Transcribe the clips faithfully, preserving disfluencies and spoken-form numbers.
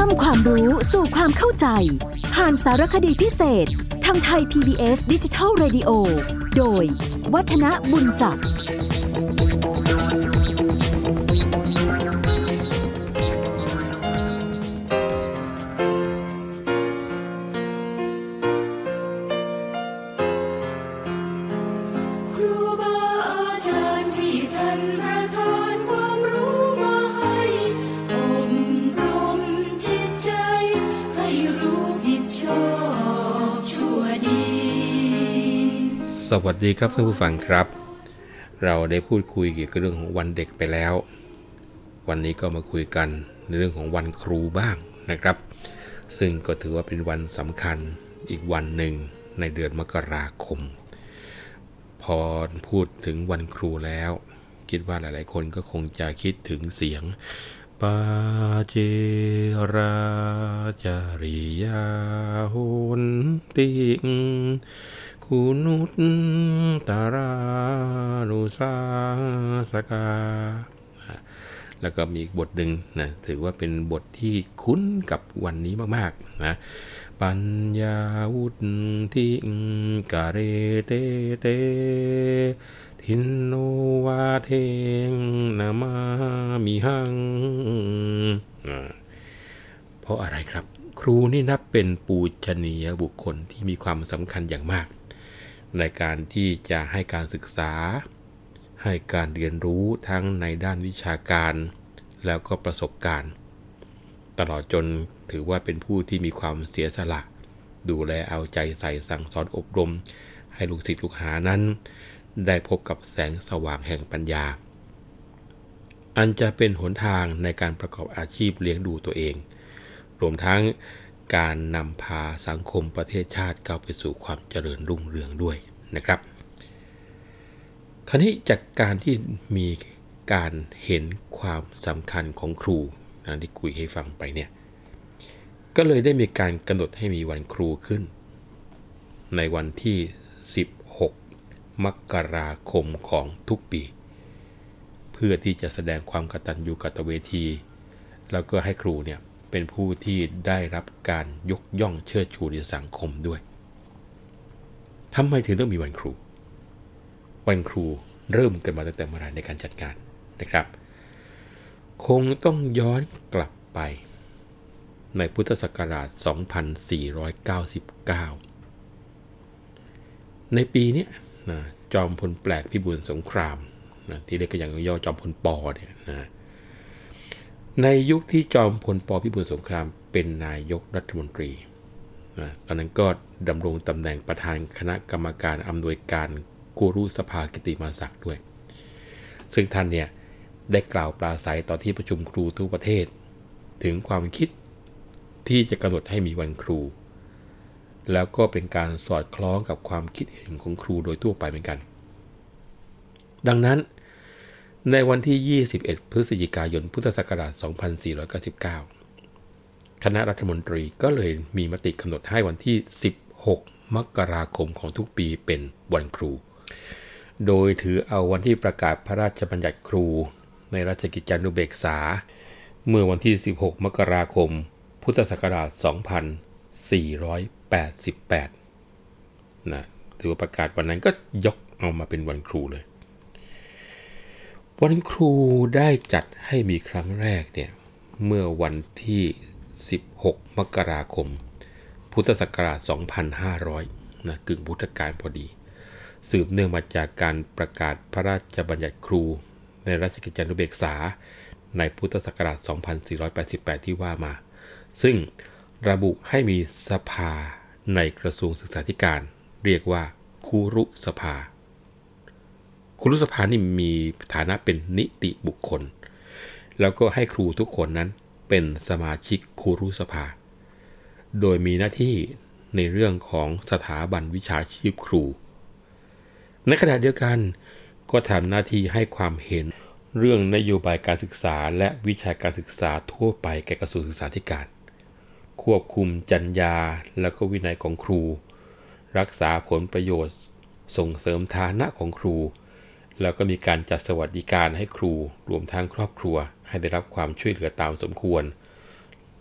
ำความรู้สู่ความเข้าใจผ่านสารคดีพิเศษทางไทย พี บี เอส Digital Radio โดยวัฒนบุญจับสวัสดีครับท่านผู้ฟังครับเราได้พูดคุยเกี่ยวกับเรื่องของวันเด็กไปแล้ววันนี้ก็มาคุยกันในเรื่องของวันครูบ้างนะครับซึ่งก็ถือว่าเป็นวันสำคัญอีกวันหนึ่งในเดือนมกราคมพอพูดถึงวันครูแล้วคิดว่าหลายๆคนก็คงจะคิดถึงเสียงปาเจราจาริยาหุนติงคุนุตตารานุสาสกาแล้วก็มีอีกบทหนึ่งนะถือว่าเป็นบทที่คุ้นกับวันนี้มากๆนะปัญญาวุฒิกาเรเตเตทินโนวาเทงนามามิหังเพราะอะไรครับครูนี่นับเป็นปูชนียบุคคลที่มีความสำคัญอย่างมากในการที่จะให้การศึกษาให้การเรียนรู้ทั้งในด้านวิชาการแล้วก็ประสบการณ์ตลอดจนถือว่าเป็นผู้ที่มีความเสียสละดูแลเอาใจใส่สั่งสอนอบรมให้ลูกศิษย์ลูกหานั้นได้พบกับแสงสว่างแห่งปัญญาอันจะเป็นหนทางในการประกอบอาชีพเลี้ยงดูตัวเองรวมทั้งการนำพาสังคมประเทศชาติก้าวไปสู่ความเจริญรุ่งเรืองด้วยนะครับคราวนี้จากการที่มีการเห็นความสำคัญของครูนะที่คุยให้ฟังไปเนี่ยก็เลยได้มีการกำหนดให้มีวันครูขึ้นในวันที่สิบหกมกราคมของทุกปีเพื่อที่จะแสดงความกตัญญูกตเวทีแล้วก็ให้ครูเนี่ยเป็นผู้ที่ได้รับการยกย่องเชิดชูในสังคมด้วยทำไมถึงต้องมีวันครูวันครูเริ่มกันมาตั้งแต่เมื่อไหร่ในการจัดงานนะครับคงต้องย้อนกลับไปในพุทธศักราชสองพันสี่ร้อยเก้าสิบเก้าในปีนี้นะจอมพลแปลกพิบูลสงครามนะที่เรียกกันอย่างย่อจอมพลป.เนี่ยนะในยุคที่จอมพลป.พิบูลสงครามเป็นนายกรัฐมนตรีนะตอนนั้นก็ดำรงตำแหน่งประธานคณะกรรมการอำนวยการกูรุสภากิติมาศักดิ์ด้วยซึ่งท่านเนี่ยได้กล่าวปราศัยต่อที่ประชุมครูทั่วประเทศถึงความคิดที่จะกำหนดให้มีวันครูแล้วก็เป็นการสอดคล้องกับความคิดเห็นของครูโดยทั่วไปเหมือนกันดังนั้นในวันที่ยี่สิบเอ็ดพฤศจิกายนพุทธศักราชสองพันสี่ร้อยเก้าสิบเก้าคณะรัฐมนตรีก็เลยมีมติกำหนดให้วันที่สิบหกมกราคมของทุกปีเป็นวันครูโดยถือเอาวันที่ประกาศพระราชบัญญัติครูในราชกิจจานุเบกษาเมื่อวันที่สิบหกมกราคมพุทธศักราชสองพันสี่ร้อยแปดสิบแปดนะถือว่าประกาศวันนั้นก็ยกเอามาเป็นวันครูเลยวันครูได้จัดให้มีครั้งแรกเนี่ยเมื่อวันที่สิบหกมกราคมพุทธศักราชสองพันห้าร้อยนะกึ่งพุทธกาลพอดีสืบเนื่องมาจากการประกาศพระราชบัญญัติครูในราชกิจจานุเบกษาในพุทธศักราชสองพันสี่ร้อยแปดสิบแปดที่ว่ามาซึ่งระบุให้มีสภาในกระทรวงศึกษาธิการเรียกว่าคุรุสภาคุรุสภานี่มีฐานะเป็นนิติบุคคลแล้วก็ให้ครูทุกคนนั้นเป็นสมาชิกคุรุสภาโดยมีหน้าที่ในเรื่องของสถาบันวิชาชีพครูในขณะเดียวกันก็ทำหน้าที่ให้ความเห็นเรื่องนโยบายการศึกษาและวิชาการศึกษาทั่วไปแก่กระทรวงศึกษาธิการควบคุมจรรยาและก็วินัยของครูรักษาผลประโยชน์ส่งเสริมฐานะของครูแล้วก็มีการจัดสวัสดิการให้ครูรวมทั้งครอบครัวให้ได้รับความช่วยเหลือตามสมควร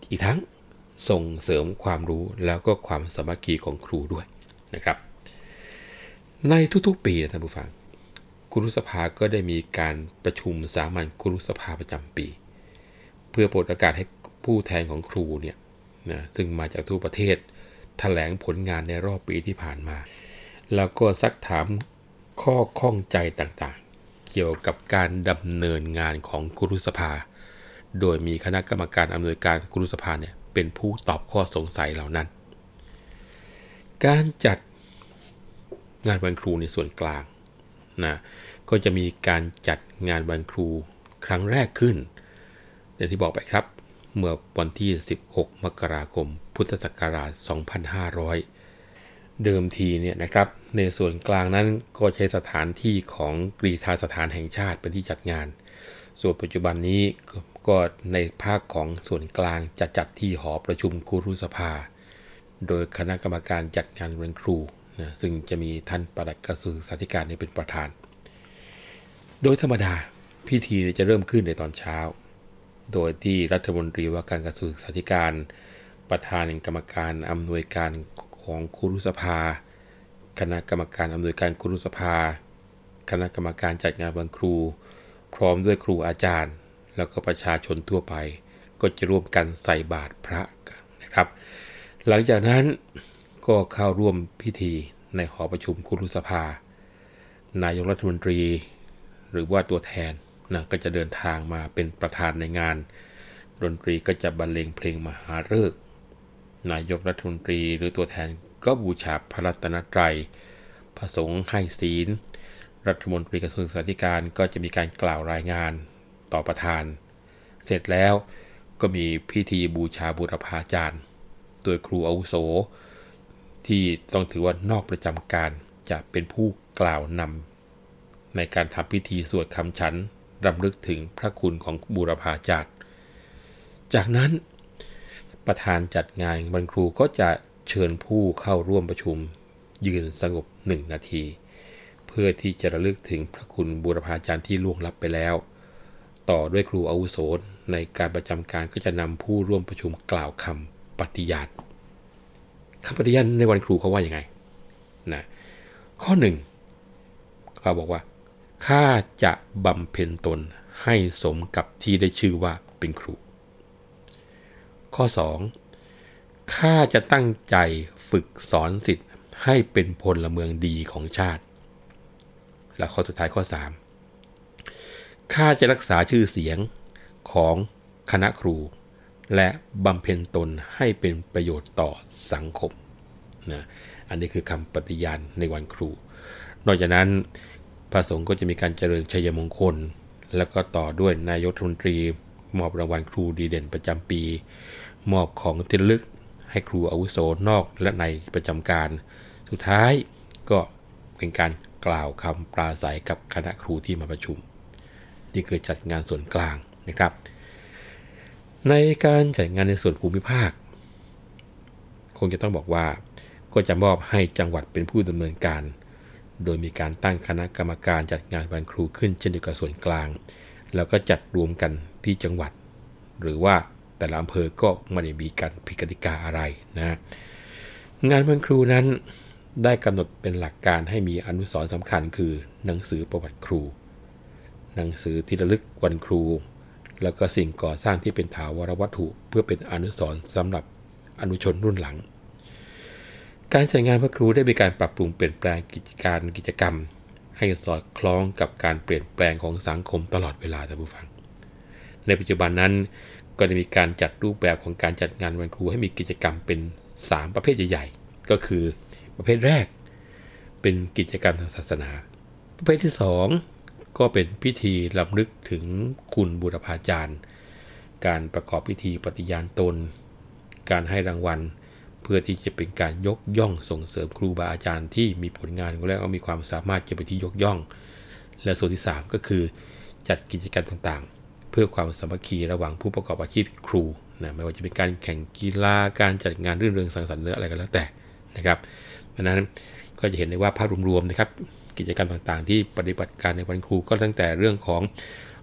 อีกทั้งส่งเสริมความรู้แล้วก็ความสามัคคีของครูด้วยนะครับในทุกๆปีนะท่านผู้ฟังครุสภาก็ได้มีการประชุมสามัญครุสภาประจำปีเพื่อโปรดโอกาสให้ผู้แทนของครูเนี่ยนะซึ่งมาจากทั่วประเทศแถลงผลงานในรอบปีที่ผ่านมาแล้วก็ซักถามข้อข้องใจต่างๆเกี่ยวกับการดำเนินงานของครุสภาโดยมีคณะกรรมการอำนวยการครุสภาเนี่ยเป็นผู้ตอบข้อสงสัยเหล่านั้นการจัดงานวันครูในส่วนกลางนะก็จะมีการจัดงานวันครูครั้งแรกขึ้นอย่างที่บอกไปครับเมื่อวันที่สิบหกมกราคมพุทธศักราชสองพันห้าร้อยเดิมทีเนี่ยนะครับในส่วนกลางนั้นก็ใช้สถานที่ของกรีฑาสถานแห่งชาติเป็นที่จัดงานส่วนปัจจุบันนี้ก็ในภาคของส่วนกลางจะจัดที่หอประชุมครุสภาโดยคณะกรรมการจัดงานวันครูนะซึ่งจะมีท่านปลัดกระทรวงศึกษาธิการเป็นประธานโดยธรรมดาพิธีจะเริ่มขึ้นในตอนเช้าโดยที่รัฐมนตรีว่าการกระทรวงศึกษาธิการประธานกรรมการอำนวยการของครุสภาคณะกรรมการอำนวยการครุสภาคณะกรรมการจัดงานวันครูพร้อมด้วยครูอาจารย์แล้วก็ประชาชนทั่วไปก็จะร่วมกันใส่บาตรพระนะครับหลังจากนั้นก็เข้าร่วมพิธีในหอประชุมครุสภานายกรัฐมนตรีหรือว่าตัวแทนนะก็จะเดินทางมาเป็นประธานในงานดนตรีก็จะบรรเลงเพลงมหาฤกษ์นายกรัฐมนตรีหรือตัวแทนก็บูชาพระรัตนตรัยพระสงฆ์ให้ศีลรัฐมนตรีกระทรวงศึกษาธิการก็จะมีการกล่าวรายงานต่อประธานเสร็จแล้วก็มีพิธีบูชาบูรพาจารย์โดยครูอาวุโสที่ต้องถือว่านอกประจำการจะเป็นผู้กล่าวนำในการทำพิธีสวดคำฉันรำลึกถึงพระคุณของบูรพาจารย์จากนั้นประธานจัดงานวันครูก็จะเชิญผู้เข้าร่วมประชุมยืนสงบหนึ่งนาทีเพื่อที่จะระลึกถึงพระคุณบูรพาจารย์ที่ล่วงลับไปแล้วต่อด้วยครูอาวุโสในการประจำการก็จะนำผู้ร่วมประชุมกล่าวคำปฏิญาณคำปฏิญาณในวันครูเขาว่าอย่างไงนะข้อหนึ่งเขาบอกว่าข้าจะบำเพ็ญตนให้สมกับที่ได้ชื่อว่าเป็นครูข้อสองข้าจะตั้งใจฝึกสอนศิษย์ให้เป็นพลเมืองดีของชาติและข้อสุดท้ายข้อสามข้าจะรักษาชื่อเสียงของคณะครูและบำเพ็ญตนให้เป็นประโยชน์ต่อสังคมนะอันนี้คือคำปฏิญาณในวันครูนอกจากนั้นพระสงฆ์ก็จะมีการเจริญชัยมงคลแล้วก็ต่อด้วยนายกรัฐมนตรีมอบรางวัลครูดีเด่นประจำปีมอบของที่ระลึกให้ครูอาวุโสนอกและในประจำการสุดท้ายก็เป็นการกล่าวคำปราศัยกับคณะครูที่มาประชุมนี่คือจัดงานส่วนกลางนะครับในการจัดงานในส่วนภูมิภาคคงจะต้องบอกว่าก็จะมอบให้จังหวัดเป็นผู้ดำเนินการโดยมีการตั้งคณะกรรมการจัดงานวันครูขึ้นเช่นเดียวกับส่วนกลางแล้วก็จัดรวมกันที่จังหวัดหรือว่าแต่ละอำเภอก็ไม่ได้มีการผิดกติกาอะไรนะงานวันครูนั้นได้กำหนดเป็นหลักการให้มีอนุสรณ์สำคัญคือหนังสือประวัติครูหนังสือที่ระลึกวันครูแล้วก็สิ่งก่อสร้างที่เป็นถาวรวัตถุเพื่อเป็นอนุสรณ์สำหรับอนุชนรุ่นหลังการจัดงานวันครูได้มีการปรับปรุงเปลี่ยนแปลงกิจการกิจกรรมให้สอดคล้องกับการเปลี่ยนแปลงของสังคมตลอดเวลาท่านผู้ฟังในปัจจุบันนั้นก็ได้มีการจัดรูปแบบของการจัดงานวันครูให้มีกิจกรรมเป็นสามประเภทใหญ่ๆก็คือประเภทแรกเป็นกิจกรรมทางศาสนาประเภทที่สองก็เป็นพิธีรำลึกถึงคุณบูรพาจารย์การประกอบพิธีปฏิญาณตนการให้รางวัลเพื่อที่จะเป็นการยกย่องส่งเสริมครูบาอาจารย์ที่มีผลงานและก็มีความสามารถจะเป็นที่ยกย่องและส่วนที่สามก็คือจัดกิจกรรมต่างๆเพื่อความสามัคคีระหว่างผู้ประกอบอาชีพครูนะไม่ว่าจะเป็นการแข่งกีฬาการจัดงานรื่นเริงสังสรรค์อะไรก็แล้วแต่นะครับเพราะนั้นก็จะเห็นได้ว่าภาพรวมๆนะครับกิจกรรมต่างๆที่ปฏิบัติการในวันครูก็ตั้งแต่เรื่องของ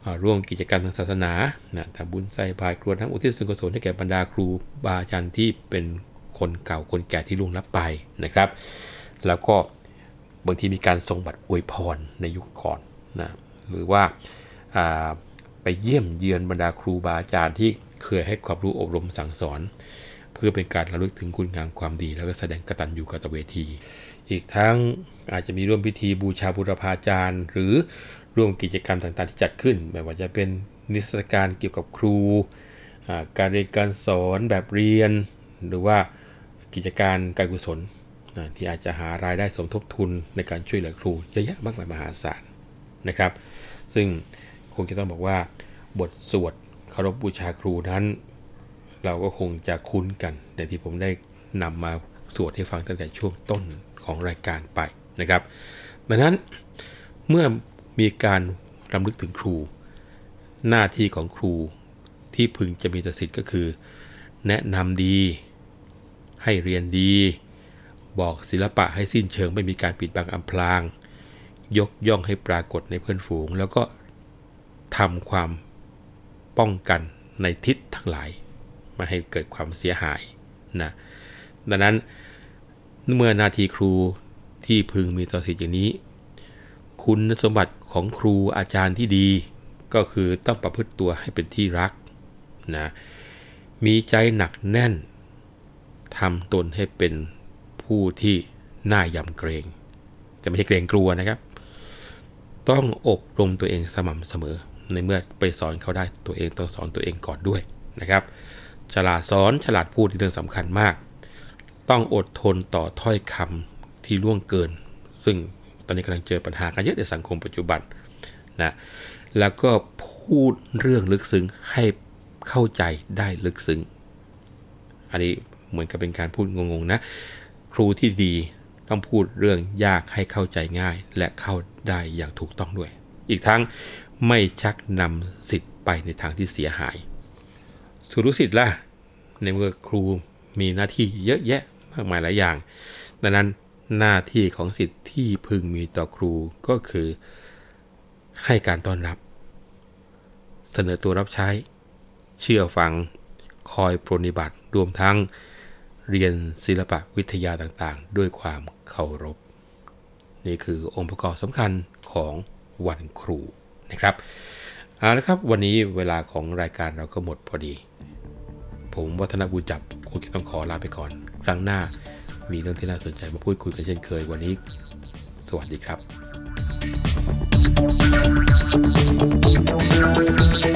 ร่วมกิจกรรมทางศาสนานะทำบุญใส่บาตรกรวดทั้งอุทิศส่วนกุศลให้แก่บรรดาครูบาอาจารย์ที่เป็นคนเก่าคนแก่ที่ล่วงลับไปนะครับแล้วก็บางทีมีการส่งบัตรอวยพรในยุคก่อนนะหรือว่าไปเยี่ยมเยือนบรรดาครูบาอาจารย์ที่เคยให้ความรู้อบรมสั่งสอนเพื่อเป็นการระลึกถึงคุณงามความดีแล้วก็แสดงกตัญญูกตเวทีอีกทั้งอาจจะมีร่วมพิธีบูชาบูรพาจารย์หรือร่วมกิจกรรมต่างๆที่จัดขึ้นไม่ว่าจะเป็นนิทรรศการเกี่ยวกับครูการเรียนการสอนแบบเรียนหรือว่ากิจการการกุศลที่อาจจะหารายได้สมทบทุนในการช่วยเหลือครูเยอะแยะมากมายมหาศาลนะครับซึ่งคงจะต้องบอกว่าบทสวดเคารพบูชาครูนั้นเราก็คงจะคุ้นกันแต่ที่ผมได้นำมาสวดให้ฟังตั้งแต่ช่วงต้นของรายการไปนะครับดังนั้นเมื่อมีการรำลึกถึงครูหน้าที่ของครูที่พึงจะมีต่อศิษย์ก็คือแนะนำดีให้เรียนดีบอกศิลปะให้สิ้นเชิงไม่มีการปิดบังอำพรางยกย่องให้ปรากฏในเพื่อนฝูงแล้วก็ทำความป้องกันในทิศทั้งหลายไม่ให้เกิดความเสียหายนะดังนั้นเมื่อหน้าที่ครูที่พึงมีต่อศิษย์อย่างนี้คุณสมบัติของครูอาจารย์ที่ดีก็คือต้องประพฤติตัวให้เป็นที่รักนะมีใจหนักแน่นทำตนให้เป็นผู้ที่น่ายำเกรงแต่ไม่ใช่เกรงกลัวนะครับต้องอบรมตัวเองสม่ำเสมอในเมื่อไปสอนเขาได้ตัวเองต้องสอนตัวเองก่อนด้วยนะครับฉลาดสอนฉลาดพูดเป็นเรื่องสำคัญมากต้องอดทนต่อถ้อยคำที่ล่วงเกินซึ่งตอนนี้กำลังเจอปัญหากันเยอะในสังคมปัจจุบันนะแล้วก็พูดเรื่องลึกซึ้งให้เข้าใจได้ลึกซึ้งอันนี้เหมือนกับเป็นการพูดงงๆนะครูที่ดีต้องพูดเรื่องยากให้เข้าใจง่ายและเข้าได้อย่างถูกต้องด้วยอีกทั้งไม่ชักนำศิษย์ไปในทางที่เสียหายส่วนลูกศิษย์ล่ะในเมื่อครูมีหน้าที่เยอะแยะมากมายหลายอย่างดังนั้นหน้าที่ของศิษย์ที่พึงมีต่อครูก็คือให้การต้อนรับเสนอตัวรับใช้เชื่อฟังคอยปรนนิบัติรวมทั้งเรียนศิลปะวิทยาต่างๆด้วยความเคารพนี่คือองค์ประกอบสำคัญของวันครูนะครับเอาละครับวันนี้เวลาของรายการเราก็หมดพอดีผมวัฒนบุญจับคงจะต้องขอลาไปก่อนครั้งหน้ามีเรื่องที่น่าสนใจมาพูดคุยกันเช่นเคยวันนี้สวัสดีครับ